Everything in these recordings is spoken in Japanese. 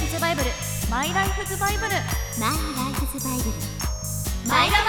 ズバイブル、マイライフズバイブル、 マイライフズバイブル、 マイラ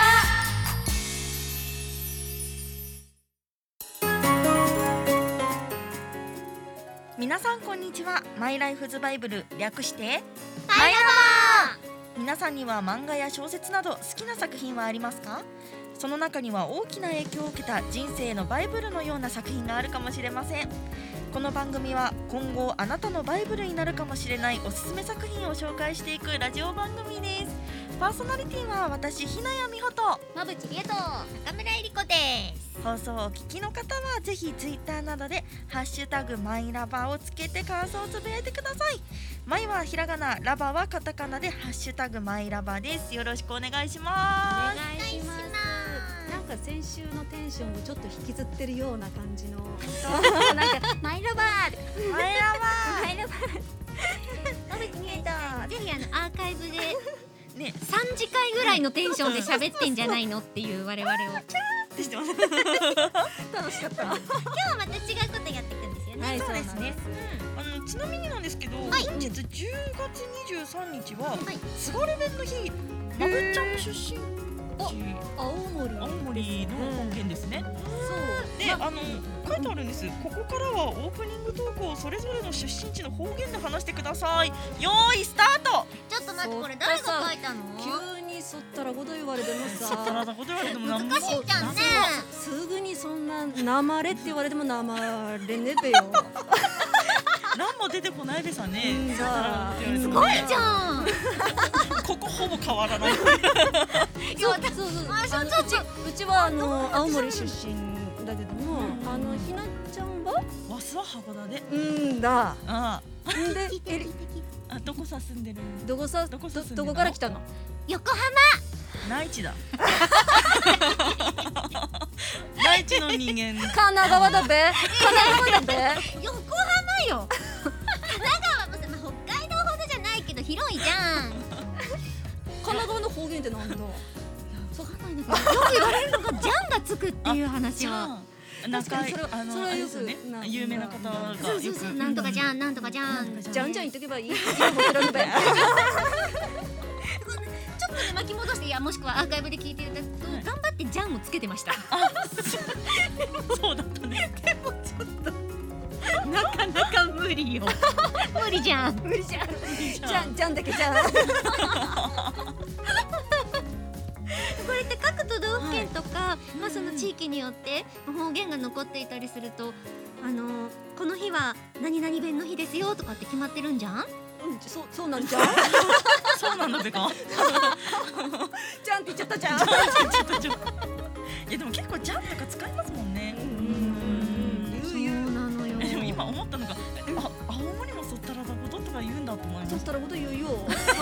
バ。皆さんこんにちは。マイライフズバイブル、略してマイラ皆さんには漫画や小説など好きな作品はありますか？その中には大きな影響を受けた人生のバイブルのような作品があるかもしれません。この番組は今後あなたのバイブルになるかもしれないおすすめ作品を紹介していくラジオ番組です。パーソナリティは私、ひなやみほと馬淵理恵と中村えり子です。 放送をお聞きの方はぜひツイッターなどでハッシュタグマイラバをつけて感想をつぶやいてください。マイはひらがな、ラバはカタカナでハッシュタグマイラバです。よろしくお願いします。 お願いします。なんか先週のテンションをちょっと引きずってるような感じのなんかマイラバー、 マイラマイラバー馬淵理恵とぜひアーカイブでね、 3次回ぐらいのテンションで喋ってんじゃないのっていう我々をってしてます楽しかった今日はまた違うことやっていくんですよね。 はい、 そうですね。 そうちなみになんですけど、 はい本日10月23日ははい津軽弁の日。まぶっちゃんの出身地、 青森青森の方言ですね。で、書いてあるんです。ここからはオープニングトークをそれぞれの出身地の方言で話してください。よーいスタート。 ちょっと待って、これ誰が書いたの？ 急にそったらこと言われてもそったらさ、 なこと言われてもなんも難しいじゃんね。 すぐにそんななまれって言われてもなまれねべよ。 何も出てこないべさね。 うんそったらって言われてすもねごいじゃん。 ここほぼ変わらない。 そううちは青森出身だけども、ひなちゃんはわすは函館。 だ。 あであ、どこさ住んでる？ どこさどこさ住んでるどのこから来たの？ 横浜。 内地だ。内地の人間。 神奈川だべ。神奈川だべ。 横浜よ。神奈川もさ、北海道ほどじゃないけど広いじゃん。 神奈川の方言ってなんだ？ よく言われるのがジャンがつくっていう話は。 仲いい、 それはあれですよね。有名な方がよく。 なんとかじゃん、なんとかじゃん。 じゃんじゃん言っとけばいい。今持ってるのべ。 ちょっとね巻き戻して、いやもしくはアーカイブで聞いていただくと、頑張ってジャンもつけてました。 そうだったね。 でもちょっとなかなか無理よ。無理じゃん。 無理じゃん。じゃんだけじゃん。 これって各都道府県とか、その地域によって方言が残っていたりすると、この日は何々弁の日ですよとかって決まってるんじゃん。 そうなんじゃん。 そうなんだべか。 じゃんって言っちゃったじゃん。 いやでも結構ジャンとか使いますもんね。 そうなのよ。 でも今思ったのが、青森もそったらだこととか言うんだと思いまし。 そしたらこと言うよ。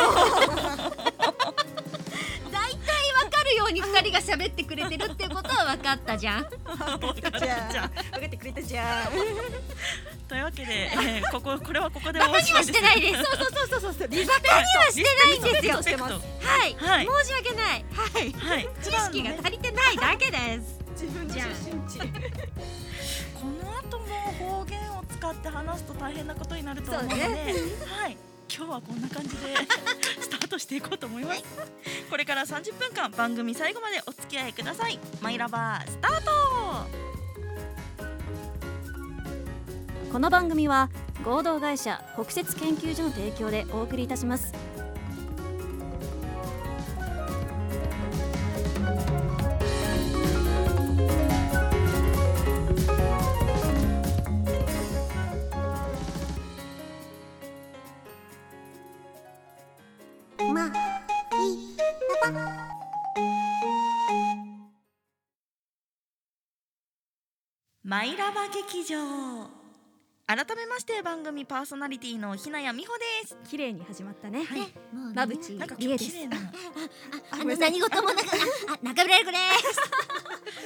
大体わかるように2人が喋ってくれてるっていうことは分かったじゃん。 分かってくれたじゃん。 というわけで、これはここでおしまいです。 バカにはしてないです。そうリバカにはしてないんですよ。 リスペクト。 はい、 はい申し訳ない。はい、知識が足りてないだけです。 自分の出身地。 この後も方言を使って話すと大変なことになると思うので、はい、今日はこんな感じでスタートしていこうと思います。これから30分間番組最後までお付き合いください。マイラバースタート。 この番組は合同会社北雪研究所の提供でお送りいたします。 マイラバ劇場。改めまして番組パーソナリティのひなやみほです。 綺麗に始まったね。 もうまぶちなんかりえです。 綺麗な。 何事もなく、中村えり子です。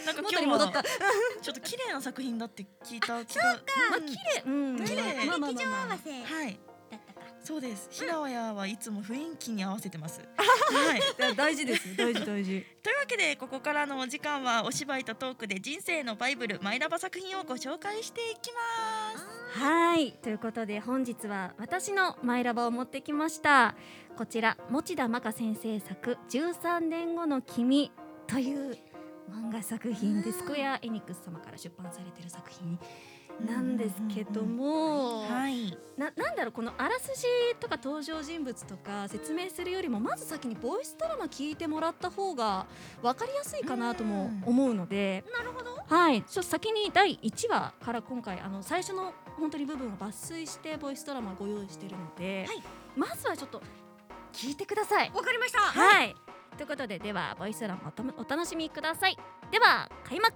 なんか今元日はに戻った。 ちょっと綺麗な作品だって聞いた気が。 まあ綺麗。 綺麗まあまあまあ劇場合まあわせだはい。 ったか。 そうです。ひなわやはいつも雰囲気に合わせてます。はい。 いや大事ですよ。大事。 というわけでここからのお時間はお芝居とトークで人生のバイブルマイラバ作品をご紹介していきます。 はい、ということで本日は私のマイラバを持ってきました。こちら持田真香先生作13年後の君という漫画作品でスクエアエニックス様から出版されている作品なんですけども、 はい、 なんだろう、このあらすじとか登場人物とか説明するよりもまず先にボイスドラマ聞いてもらった方が分かりやすいかなとも思うので、 なるほど。 はい、ちょっと先に第1話から今回最初の本当に部分を抜粋してボイスドラマをご用意しているので、 はい、 まずはちょっと聞いてください。 わかりました。 はい、ということで、ではボイスドラマお楽しみください。では開幕。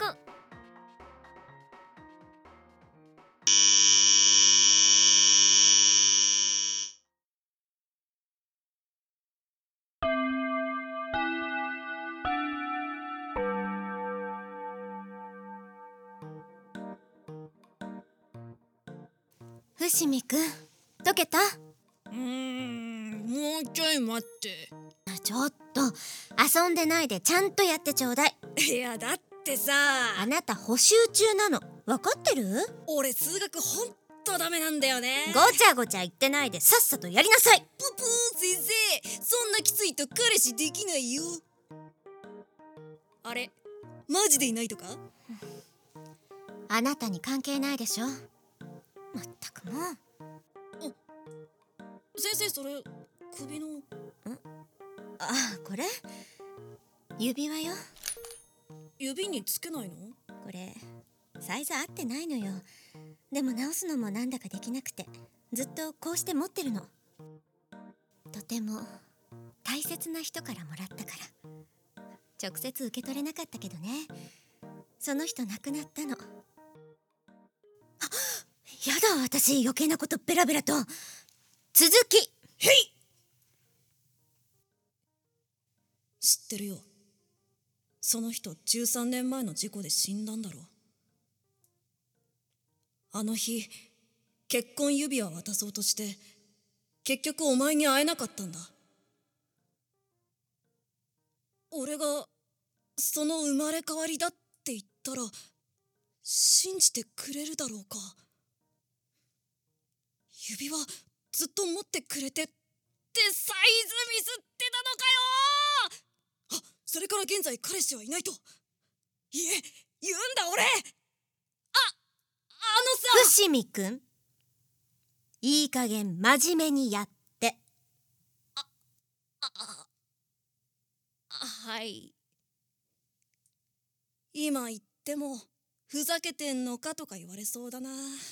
伏見くん、解けた？ もうちょい待って。 ちょっと遊んでないでちゃんとやってちょうだい。 いやだってさ、 あなた補習中なの分かってる？ 俺数学ほんとダメなんだよね。 ごちゃごちゃ言ってないでさっさとやりなさい。 ぷぷー先生、そんなきついと彼氏できないよ。あれ、マジでいないとか？ あなたに関係ないでしょ。まったくもう。 先生、それ首の。 あ、これ指輪よ。 指につけないの？ これサイズ合ってないのよ。でも直すのもなんだかできなくてずっとこうして持ってるの。とても大切な人からもらったから。直接受け取れなかったけどね、その人亡くなったの。あ、やだ、私余計なことベラベラと。続き。 へい。知ってるよ。その人13年前の事故で死んだんだろう。あの日結婚指輪渡そうとして結局お前に会えなかったんだ。俺がその生まれ変わりだって言ったら信じてくれるだろうか。指輪ずっと持ってくれてってサイズミスってたのかよ。あ、それから現在彼氏はいないと。いえ、言うんだ俺。あのさ。 伏見くん、いい加減真面目にやって。 はい。今言ってもふざけてんのかとか言われそうだな。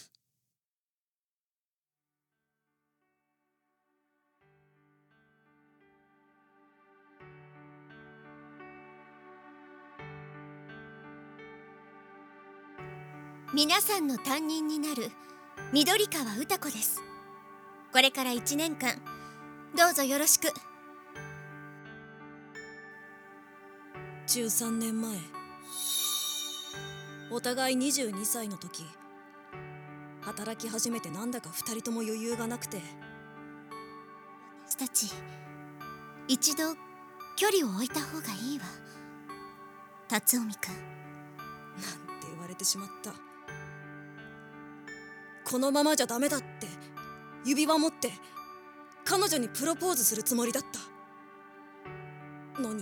皆さんの担任になる緑川歌子です。これから1年間どうぞよろしく。 13年前、お互い22歳の時、働き始めてなんだか2人とも余裕がなくて。 私たち一度距離を置いた方がいいわ、辰臣くん。 なんて言われてしまった。このままじゃダメだって指輪持って彼女にプロポーズするつもりだったのに、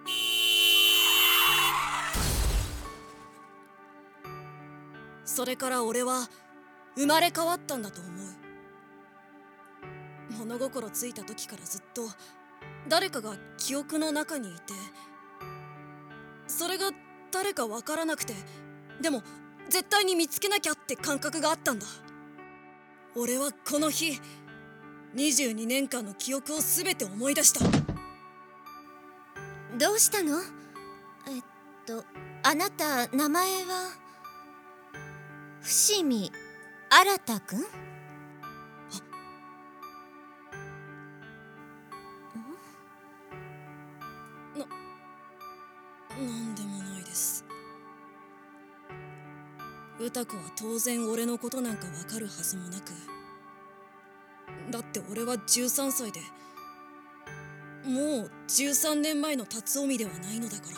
それから俺は生まれ変わったんだと思う。物心ついた時からずっと誰かが記憶の中にいて、それが誰かわからなくて、でも絶対に見つけなきゃって感覚があったんだ。俺はこの日22年間の記憶を全て思い出した。 どうしたの？あなた名前は伏見新くん？ なんでもないです。歌子は当然俺のことなんかわかるはずもなく、だって俺は13歳でもう13年前の辰臣ではないのだから。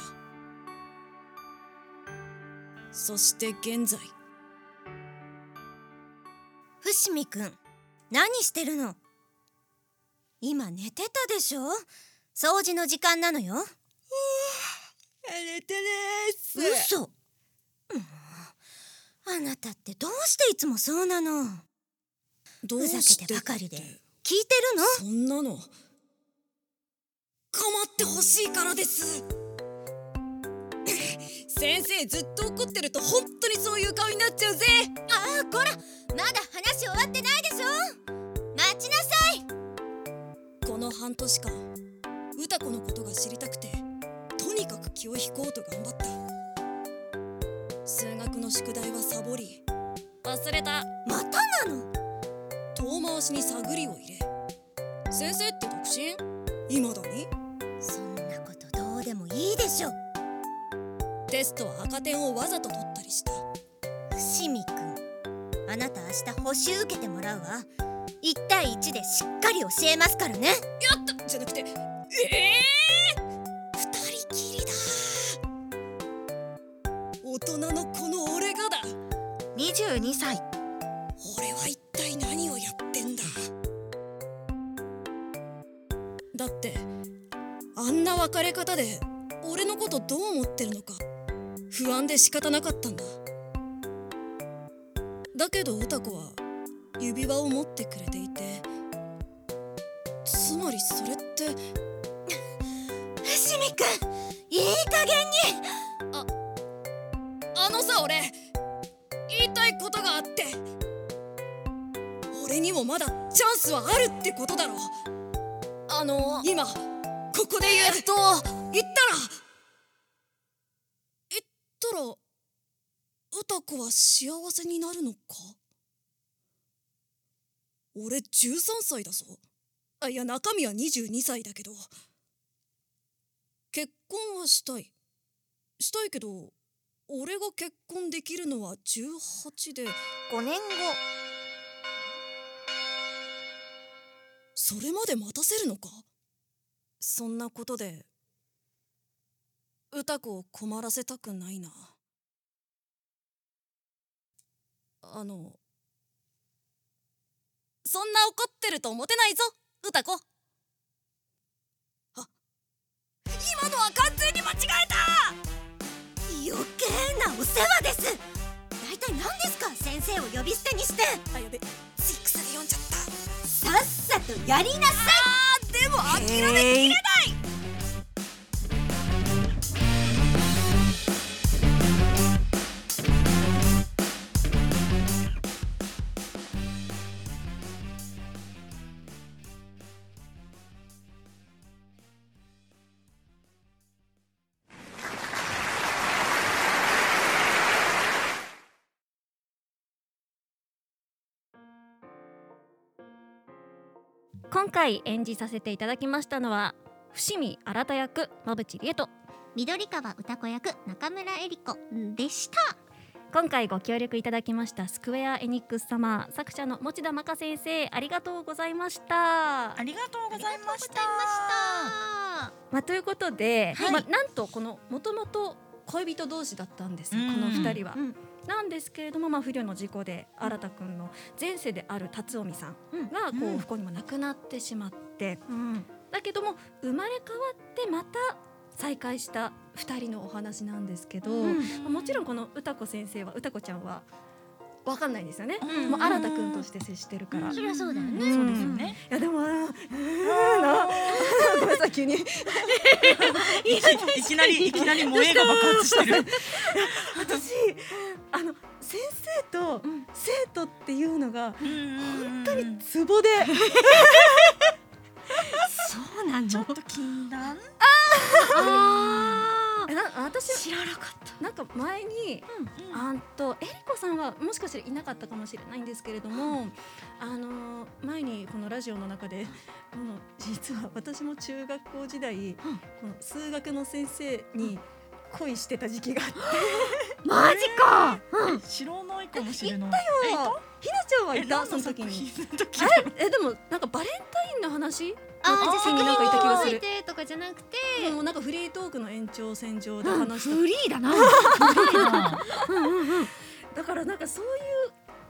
そして現在、 伏見くん、何してるの？今寝てたでしょ？掃除の時間なのよ。 寝てねーっす。 嘘。あなたってどうしていつもそうなの？ どうふざしてってけてばかりで聞いてるの？ そんなの構ってほしいからです。先生ずっと怒ってると本当にそういう顔になっちゃうぜ。 ああ、こら、まだ話終わってないでしょ。待ちなさい。 この半年間歌子のことが知りたくてとにかく気を引こうと頑張った。数学の宿題はサボり忘れた。 またなの？ 遠回しに探りを入れ、先生って独身？今だに？ そんなことどうでもいいでしょ。 テストは赤点をわざと取ったりした。 伏見くん、あなた明日補習受けてもらうわ。1対1でしっかり教えますからね。 やったじゃなくて、二人きりだ。大人のこの俺がだ。 22歳。 俺は一体何をやってんだ。だってあんな別れ方で俺のことどう思ってるのか不安で仕方なかったんだ。だけど歌子は指輪を持ってくれていて、つまりそれって伏見くん、いい加減に。 あのさ、俺言いたいことがあって、俺にもまだチャンスはあるってことだろ。今ここで言ったら歌子は幸せになるのか？俺13歳だぞ。いや中身は22歳だけど。結婚はしたいけど、俺が結婚できるのは18で、 5年後。 それまで待たせるのか？そんなことで歌子を困らせたくないな。そんな怒ってるとモテないぞ歌子。あ、今のは完全に間違えた。 余計なお世話です。大体何ですか、先生を呼び捨てにして。 あ、やべ、つい癖で読んじゃった。 さっさとやりなさい。 でも諦めきれない。 今回演じさせていただきましたのは伏見新役馬淵理恵と緑川歌子役中村江里子でした。 今回ご協力いただきましたスクウェアエニックス様作者の持田真香先生、ありがとうございました。 ありがとうございました。 ということで、 はいなんとこのもともと恋人同士だったんですよ、この2人は。なんですけれども、不慮の事故で新くんの前世である辰臣さんがこう不幸にも亡くなってしまって、だけども生まれ変わってまた再会した2人のお話なんですけど、もちろんこの歌子先生は歌子ちゃんは分かんないんですよね、もう新くんとして接してるから。 そりゃそうだよね。 そうですよね。 いやでもごめんなさい急にいきなり萌えが爆発してる。 私先生と生徒っていうのが本当にツボで、 そうなんちょっと禁断。 私知らなかった。なんか前にえりこさんはもしかしたらいなかったかもしれないんですけれども、前にこのラジオの中で実は私も中学校時代、この数学の先生に恋してた時期があってマジか。 知らないかもしれない。 ひなちゃんはいたその時に。でもなんかバレンタインの話、 じゃあ作品になんかいた気がする。 とかじゃなくて、 もうなんかフリートークの延長線上で話した。 フリーだな。 だからなんかそういう過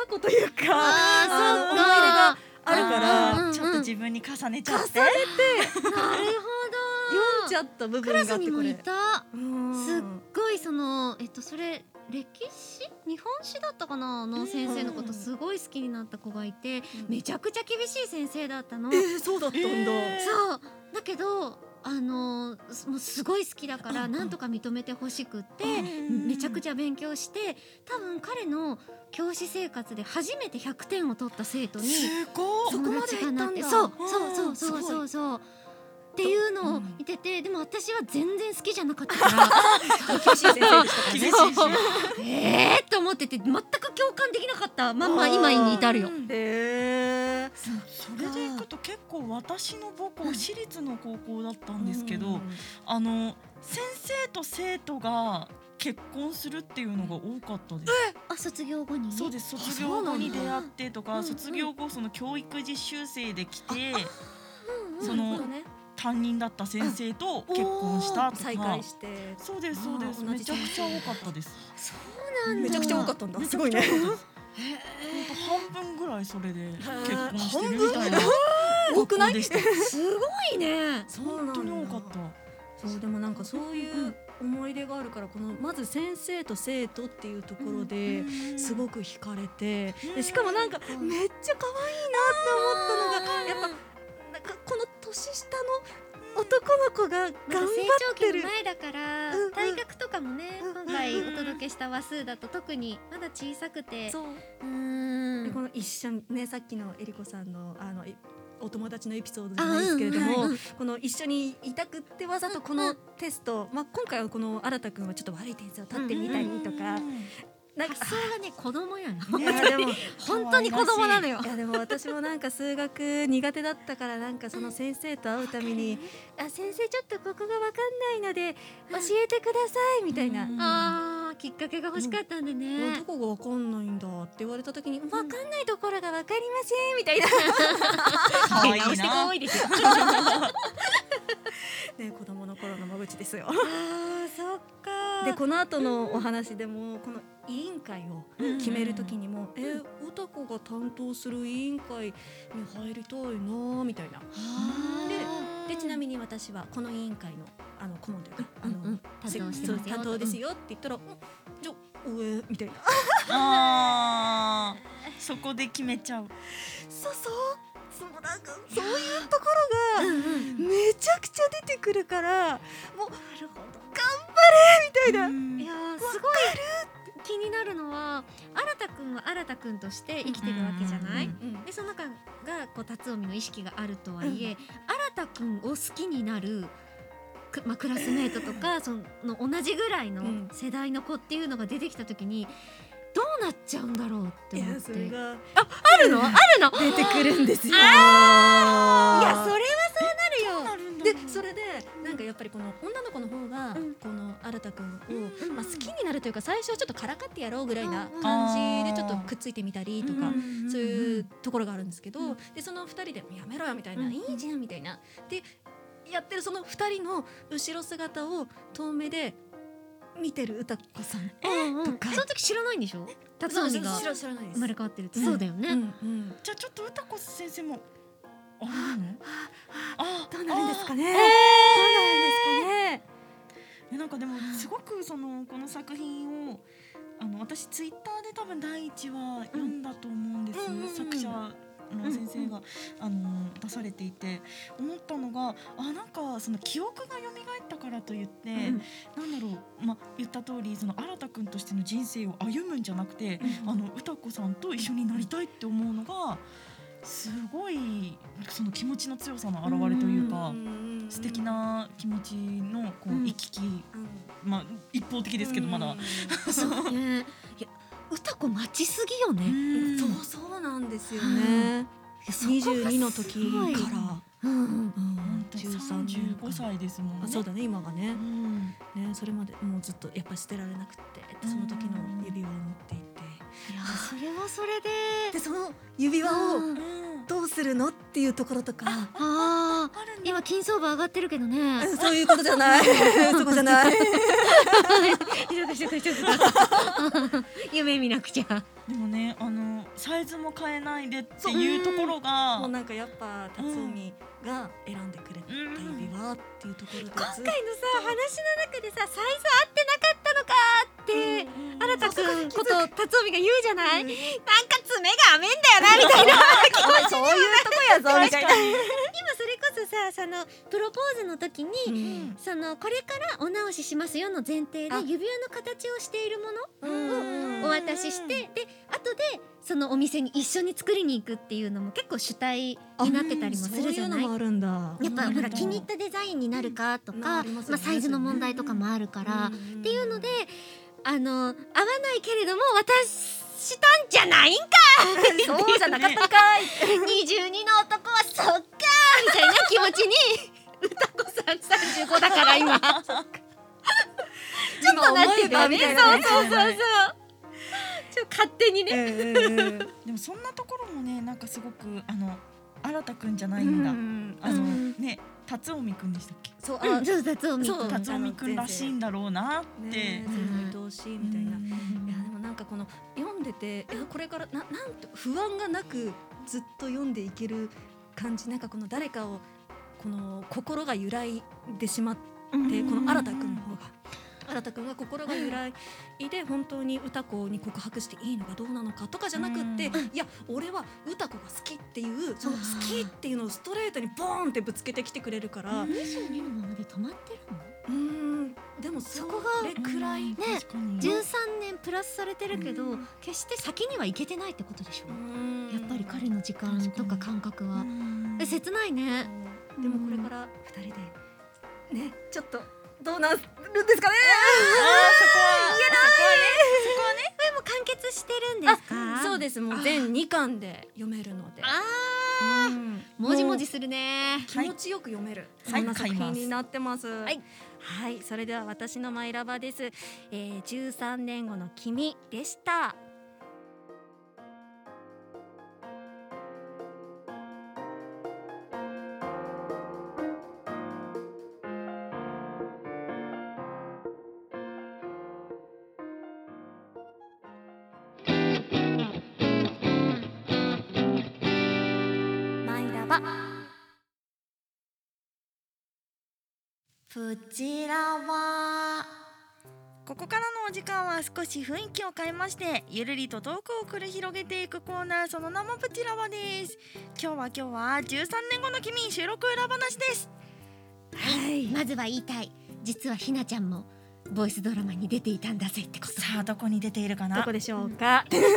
過去というかあー思い出があるからうんちょっと自分に重ねちゃって、 なる読んじゃった部ほど。クラ分があってこれスにもいた。すっうんごいそれ歴史日本史だったかなの先生のことすごい好きになった子がいて、めちゃくちゃ厳しい先生だったの。 そうだったんだ、 そうだけどもうすごい好きだからなんとか認めてほしくってめちゃくちゃ勉強して多分彼の教師生活で初めて100点を取った生徒にすごい。 友達がなってそそうこそうそうそうすごいそうそうっていうのを見てて、でも私は全然好きじゃなかったから厳しい先生でしたからね厳しいし、 と思ってて全く共感できなかったまんま今に至るよ。 へーそれでいくと結構私の母校私立の高校だったんですけど、 うん先生と生徒が結婚するっていうのが多かったです。 あ卒業後にそうです。卒業後に出会ってとか、卒業後その教育実習生で来て、そのなるほどね担任だった先生と結婚したとか、 再会してそうですそうです。 あー同じめちゃくちゃ多かったです。 そうなんだ。 めちゃくちゃ多かったんだすごいね本当半分ぐらいそれで結婚してるみたいな多くない学校でした。 すごいね。 そうなんだ本当に多かった。 そうでもなんかそういう思い出があるからこのまず先生と生徒っていうところですごく惹かれて、でしかもなんかめっちゃ可愛いなって思ったのがやっぱなんかこの年下の男の子が頑張成長ってる期の前だから、 うんうん体格とかもね、 うん今回お届けした話数だと特にまだ小さくて、 そうでこの一緒にねさっきのえりこさんのお友達のエピソードじゃないですけれども、この一緒にいたくってわざとこのテスト、今回はこの新くんはちょっと悪い点数を取ってみたりとか、なんか発想がね子供やね。 いやでも本当に子供なのよい。やでも私もなんか数学苦手だったからなんかその先生と会うために先生ちょっとここがわかんないので教えてくださいみたいな、 あーきっかけが欲しかったんでね。 どこがわかんないんだって言われた時にわかんないところがわかりませんみたいな可愛い直してなこ。いですよ。 ね子供の頃の間口ですよ。 あーそっか。 でこの後のお話でもこの委員会を決める時にもおたこが担当する委員会に入りたいなみたいな。でちなみに私はこの委員会の顧問というか担当してますよ。 担当ですよって言ったらじゃあ上みたいな。 あーそこで決めちゃう。 そうなんかそういうところがめちゃくちゃ出てくるからもう頑張れみたいな。 いやーすごい気になるのは新くんは新くんとして生きてるわけじゃない。でその中がこう辰臣の意識があるとはいえ、新くんを好きになるクラスメートとかその同じぐらいの世代の子っていうのが出てきた時にどうなっちゃうんだろうってい思って。 やそれがあるの出てくるんですよ。 いやそれはそうなるよ。 でそれでなんかやっぱりこの女の子の方がこの新くんを好きになるというか最初はちょっとからかってやろうぐらいな感じでちょっとくっついてみたりとかそういうところがあるんですけど、でその2人でやめろよみたいな、いいじゃんみたいなでやってるその2人の後ろ姿を遠目で見てる歌子さんとか、 その時知らないんでしょ。辰臣が知らないです生まれ変わってるってそうだよね。 じゃあちょっと歌子先生もあるの？ どうなるんですかね。どうなるんですかね。 なんかでもすごくこの作品を私ツイッターで多分第一話読んだと思うんです、作者の先生が、出されていて思ったのがなんかその記憶が蘇ったからといって、なんだろう、言った通りその新くんとしての人生を歩むんじゃなくて、歌子さんと一緒になりたいって思うのがすごいその気持ちの強さの表れというか、素敵な気持ちのこう行き来、一方的ですけどまだ、 そうね。いや歌子待ちすぎよね。 そうなんですよね。22の時から 35歳ですもんね。 そうだね今がね。それまでもうずっとやっぱ捨てられなくてその時の指輪を持っていて、 いやそれはそれででその指輪をどうするのっていうところとか、 あある今金相場上がってるけどね。 そういうことじゃないそこじゃない夢見なくちゃ。 でもねサイズも変えないでっていうところがもうなんかやっぱ辰臣が選んでくれた指輪っていうところで今回のさ話の中でさサイズ合ってなかったのかって新田くんこと辰臣が言うじゃない、なんか爪が甘いんだよなみたいな気持ちにはそういうとこやぞみたいな今それこそさそのプロポーズの時に、そのこれからお直ししますよの前提で指輪の形をしているものをお渡しして、で後でそのお店に一緒に作りに行くっていうのも結構主体になってたりもするじゃない。 そういうのもあるんだ。 やっぱほら気に入ったデザインになるかとか、サイズの問題とかもあるからっていうので合わないけれども渡したんじゃないんかそうじゃなかったかい 22の男はそっかみたいな気持ちに歌子さん35だから今ちょっとなってたよね。そう勝手にね、 でもそんなところもねなんかすごく新田くんじゃないんだ、ね辰臣くんでしたっけ。 そう辰臣くん辰臣くんらしいんだろうなってそれも愛おしいみたいな。いやでもなんかこの読んでてこれからなんと不安がなくずっと読んでいける感じ。なんかこの誰かをこの心が揺らいでしまってこの新田くんの方が新田くんが心が揺らいで本当に歌子に告白していいのかどうなのかとかじゃなくっていや俺は歌子が好きっていうその好きっていうのをストレートにボーンってぶつけてきてくれるから 22のままで止まってるの。 でもそこがそれくらいね13年プラスされてるけど決して先には行けてないってことでしょ。やっぱり彼の時間とか感覚は切ないね。 でもこれから2人でねちょっとどうなるんですかね。 そこはねこれも完結してるんですか。 そうです。もう全2巻で読めるのでもじもじするね。 気持ちよく読めるそんな作品になってます。はい、それでは私のマイラバです。13年後の君でした。 プチラバ。ここからのお時間は少し雰囲気を変えましてゆるりとトークを繰り広げていくコーナー、その名もプチラバです。今日は13年後の君収録裏話です。 まずは言いたい、実はひなちゃんもボイスドラマに出ていたんだぜってこと。 さあどこに出ているかな。 どこでしょうか。 22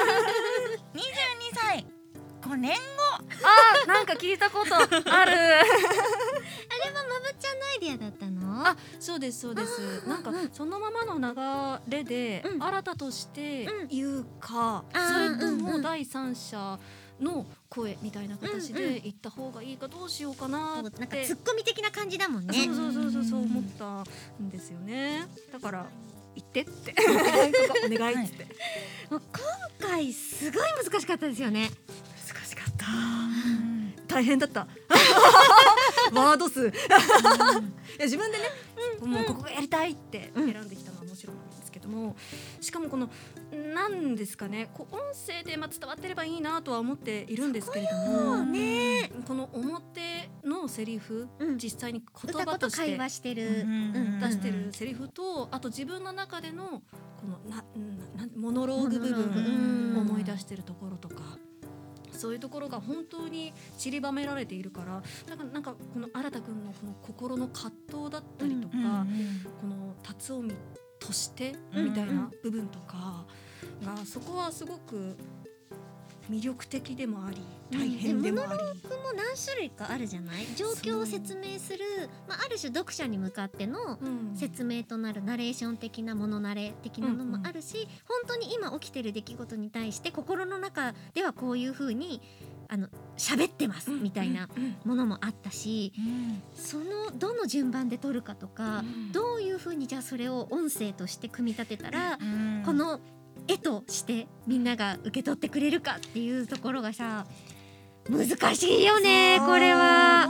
歳5年後。 なんか聞いたことある。 あれはまぶちゃんのアイディアだったの？ そうです。なんかそのままの流れで新たとして言うか、それとも第三者の声みたいな形で言った方がいいかどうしようかなって。 なんかツッコミ的な感じだもんね。 そう思ったんですよね。だから言ってってお願いって。 もう今回すごい難しかったですよね。 難しかった。大変だった。ワード数。いや自分でね、もうここがやりたいって選んできたのはもちろんなんですけども、しかもこのなんですかね、こう音声で伝わってればいいなとは思っているんですけれども、この表のセリフ、実際に言葉として会話してる、 出してるセリフと、あと自分の中でのこのモノローグ部分を思い出してるところとか。そういうところが本当に散りばめられているから、だからなんかこの新田くんのこの心の葛藤だったりとか、この辰臣としてみたいな部分とかが、そこはすごく魅力的でもあり大変でもあり、 モノローグも何種類かあるじゃない。状況を説明する、ある種読者に向かっての説明となるナレーション的なモノナレ的なのもあるし、本当に今起きてる出来事に対して心の中ではこういう風に喋ってますみたいなものもあったし、そのどの順番で撮るかとか、どういう風にじゃあそれを音声として組み立てたら、この絵としてみんなが受け取ってくれるかっていうところがさ、難しいよねこれは。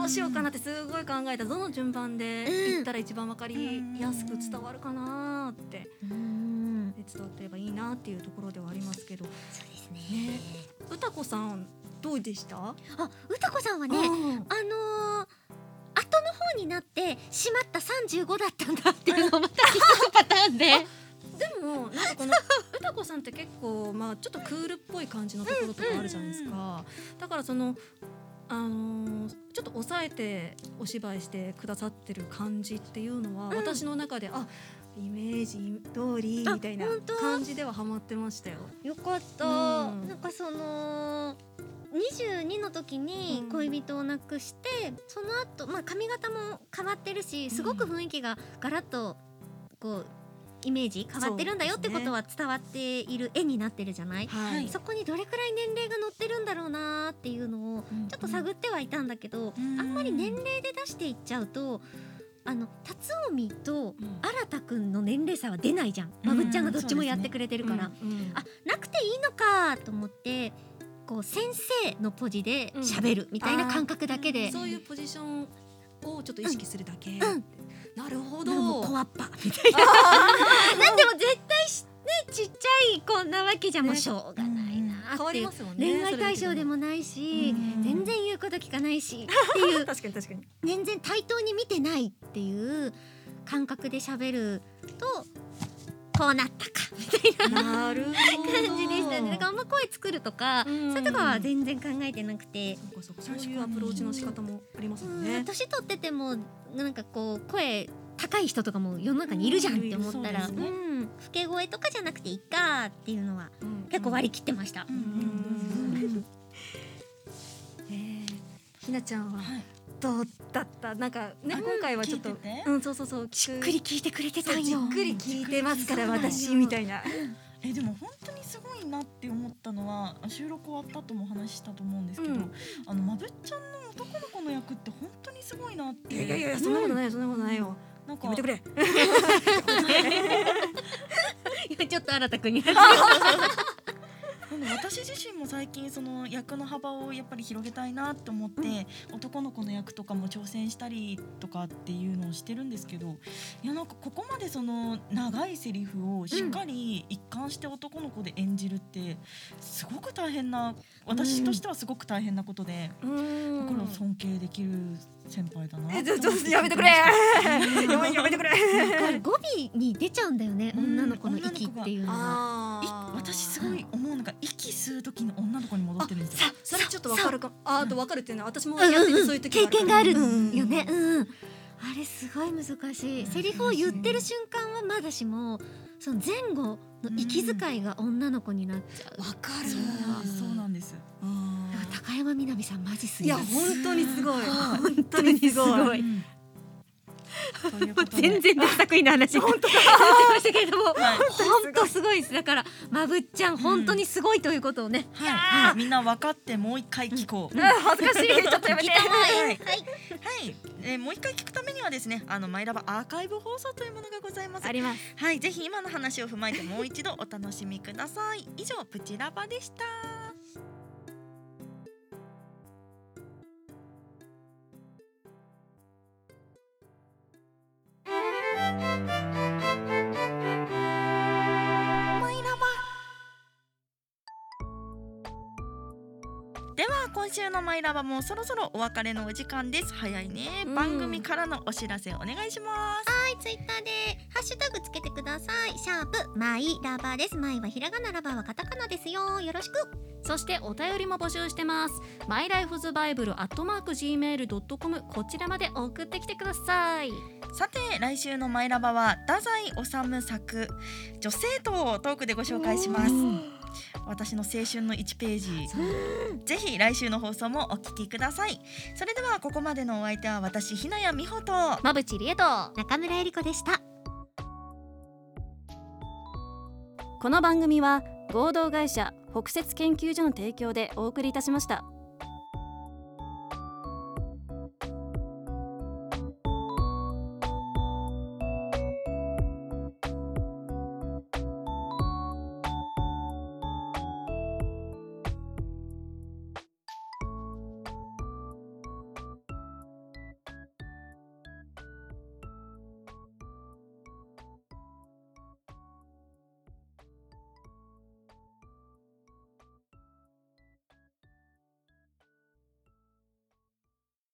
うしようかなってすごい考えた。どの順番で言ったら一番わかりやすく伝わるかなって伝わってればいいなっていうところではありますけど。 そうですね。 歌子さんどうでした？ 歌子さんはね、後の方になってしまった35だったんだっていうのをまた一パターンで。 でもなんかこの歌子さんって結構まあちょっとクールっぽい感じのところとかあるじゃないですか。だからそのちょっと抑えてお芝居してくださってる感じっていうのは、私の中でイメージ通りみたいな感じではハマってましたよ。 よかった。なんかその22の時に恋人を亡くして、その後髪型も変わってるし、すごく雰囲気がガラッとこうイメージ変わってるんだよってことは伝わっている絵になってるじゃない、そこにどれくらい年齢が乗ってるんだろうなっていうのをちょっと探ってはいたんだけど、あんまり年齢で出していっちゃうと辰臣と新くんの年齢差は出ないじゃん。まぶっちゃんがどっちもやってくれてるから、なくていいのかと思って、こう先生のポジで喋るみたいな感覚だけで、 そういうポジションをちょっと意識するだけ。なるほど。 もう小わっぱみたいな。なんでも絶対ね、ちっちゃい子なわけじゃもうしょうがないなって。 変わりますもんね。 恋愛対象でもないし、全然言うこと聞かないしっていう。 確かに確かに。 全然対等に見てないっていう感覚で喋るとこうなったかみたいななるほど感じでしたね。だからあんま声作るとか、そういうとこは全然考えてなくて、 そういうアプローチの仕方もありますもんね。 年取っててもなんかこう声高い人とかも世の中にいるじゃんって思ったら、老け声とかじゃなくていいかっていうのは結構割り切ってました。 ひなちゃんはどうだった？なんかね、今回はちょっとそうじっくり聞いてくれてたんよ。 じっくり聞いてますから私みたいな。 でも本当にすごいなって思ったのは、収録終わった後もお話ししたと思うんですけど、まぶっちゃんの男の子の役って本当にすごいなって。 いやそんなことないよ、そんなことないよ。なんかやめてくれ。 今ちょっと新たくに私自身も最近その役の幅をやっぱり広げたいなって思って、男の子の役とかも挑戦したりとかっていうのをしてるんですけど、いやなんかここまでその長いセリフをしっかり一貫して男の子で演じるってすごく大変な、私としてはすごく大変なことで、だから尊敬できる先輩だな。 ちょっとやめてくれ。やめてくれ。 語尾に出ちゃうんだよね、女の子の息っていうのが。 私すごい思うのが、息吸う時の女の子に戻ってるんですよ。 それちょっとわかるか。あとわかるっていうのは私もやっててそういう時経験があるよね。あれすごい難しい。セリフを言ってる瞬間はまだしも、その前後の息遣いが女の子になっちゃう。 わかる。 そうなんです。 高山みなみさんマジすごい。 いや本当にすごい。本当にすごい。 全然の作品の話本当ましたけれども、本当すごいです。だからまぶっちゃん本当にすごいということをね、 みんな分かってもう一回聞こう。 恥ずかしい。ちょっとやめて。 もう一回聞くためにはですね、マイラバアーカイブ放送というものがございます。 あります。 はい、ぜひ今の話を踏まえてもう一度お楽しみください。以上プチラバでした。では今週のマイラバもそろそろお別れのお時間です。早いね。番組からのお知らせお願いします。 はい、ツイッターでハッシュタグつけてください。シャープマイラバです。マイはひらがな、ラバはカタカナですよ。よろしく。 そしてお便りも募集してます。mylifesbible@gmail.com こちらまで送ってきてください。 さて来週のマイラバは太宰治作女性党をトークでご紹介します。私の青春の1ページ、ぜひ来週の放送もお聞きください。それではここまでのお相手は私ひなやみほとまぶちりえと中村えり子でした。 この番組は合同会社北雪研究所の提供でお送りいたしました。